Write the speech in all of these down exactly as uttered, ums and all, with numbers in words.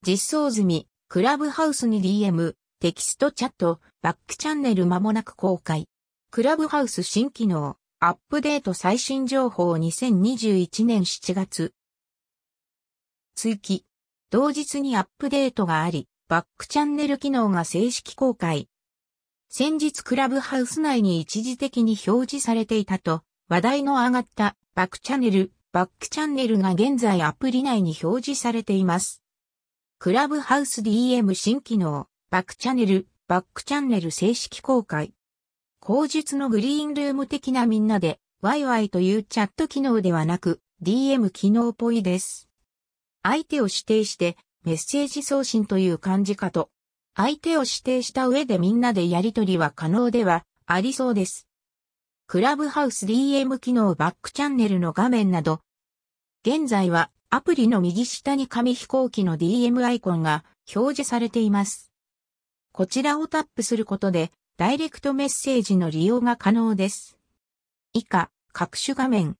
実装済み、クラブハウスに ディーエム、テキストチャット、バックチャンネル間もなく公開。クラブハウス新機能、アップデート最新情報にせんにじゅういちねんしちがつ。追記。同日にアップデートがあり、バックチャンネル機能が正式公開。先日クラブハウス内に一時的に表示されていたと話題の上がったバックチャンネル、バックチャンネルが現在アプリ内に表示されています。クラブハウス ディーエム 新機能、バックチャンネル、バックチャンネル正式公開。口述のグリーンルーム的なみんなでワイワイというチャット機能ではなく ディーエム 機能っぽいです。相手を指定してメッセージ送信という感じかと。相手を指定した上でみんなでやり取りは可能ではありそうです。クラブハウス ディーエム 機能バックチャンネルの画面など。現在はアプリの右下に紙飛行機の ディーエム アイコンが表示されています。こちらをタップすることでダイレクトメッセージの利用が可能です。以下、各種画面。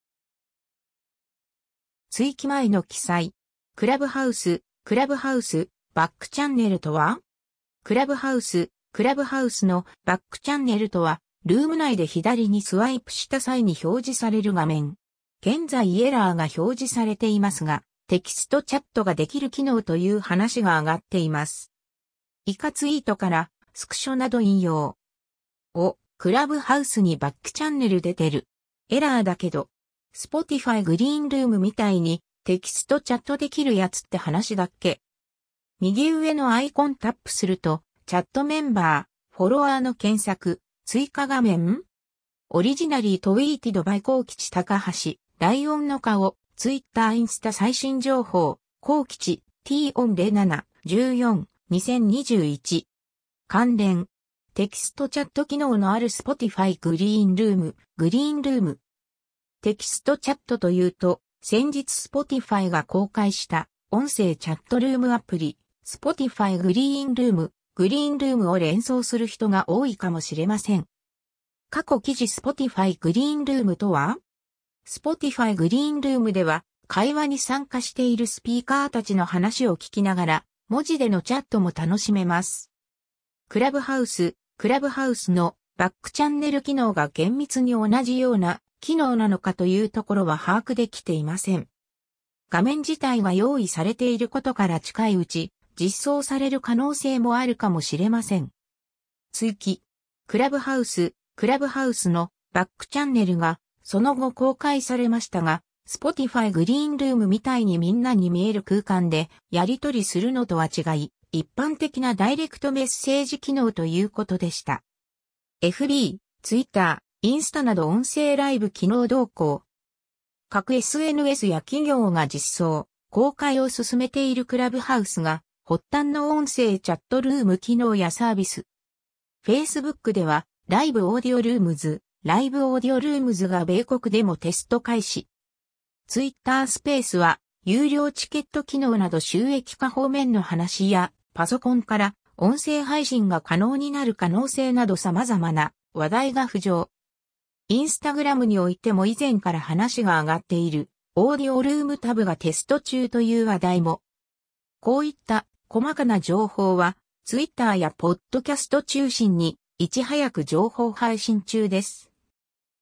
追記前の記載。クラブハウス、クラブハウス、バックチャンネルとは？クラブハウス、クラブハウスのバックチャンネルとは、ルーム内で左にスワイプした際に表示される画面。現在エラーが表示されていますが、テキストチャットができる機能という話が上がっています。以下ツイートからスクショなど引用。お、クラブハウスにバックチャンネル出てる。エラーだけど、Spotify グリーンルームみたいにテキストチャットできるやつって話だっけ？右上のアイコンタップすると、チャットメンバー、フォロワーの検索、追加画面？オリジナリートウィーティドバイコウキチ高橋。ライオンの顔、ツイッターインスタ最新情報、コウキチ、ティーオンゼロなな、じゅうよん、にせんにじゅういち。関連。テキストチャット機能のある Spotify グリーンルーム、グリーンルーム。テキストチャットというと、先日 Spotify が公開した音声チャットルームアプリ、Spotify グリーンルーム、グリーンルームを連想する人が多いかもしれません。過去記事 Spotify グリーンルームとは？Spotify グリーンルームでは会話に参加しているスピーカーたちの話を聞きながら文字でのチャットも楽しめます。クラブハウス、クラブハウスのバックチャンネル機能が厳密に同じような機能なのかというところは把握できていません。画面自体は用意されていることから近いうち実装される可能性もあるかもしれません。追記。クラブハウス、クラブハウスのバックチャンネルがその後公開されましたが、Spotify グリーンルームみたいにみんなに見える空間でやり取りするのとは違い、一般的なダイレクトメッセージ機能ということでした。エフビー、Twitter、インスタなど音声ライブ機能動向。各 エスエヌエス や企業が実装、公開を進めているクラブハウスが発端の音声チャットルーム機能やサービス。Facebook ではライブオーディオルームズ、ライブオーディオルームズが米国でもテスト開始。ツイッタースペースは有料チケット機能など収益化方面の話やパソコンから音声配信が可能になる可能性など様々な話題が浮上。インスタグラムにおいても以前から話が上がっているオーディオルームタブがテスト中という話題も。こういった細かな情報はツイッターやポッドキャスト中心にいち早く情報配信中です。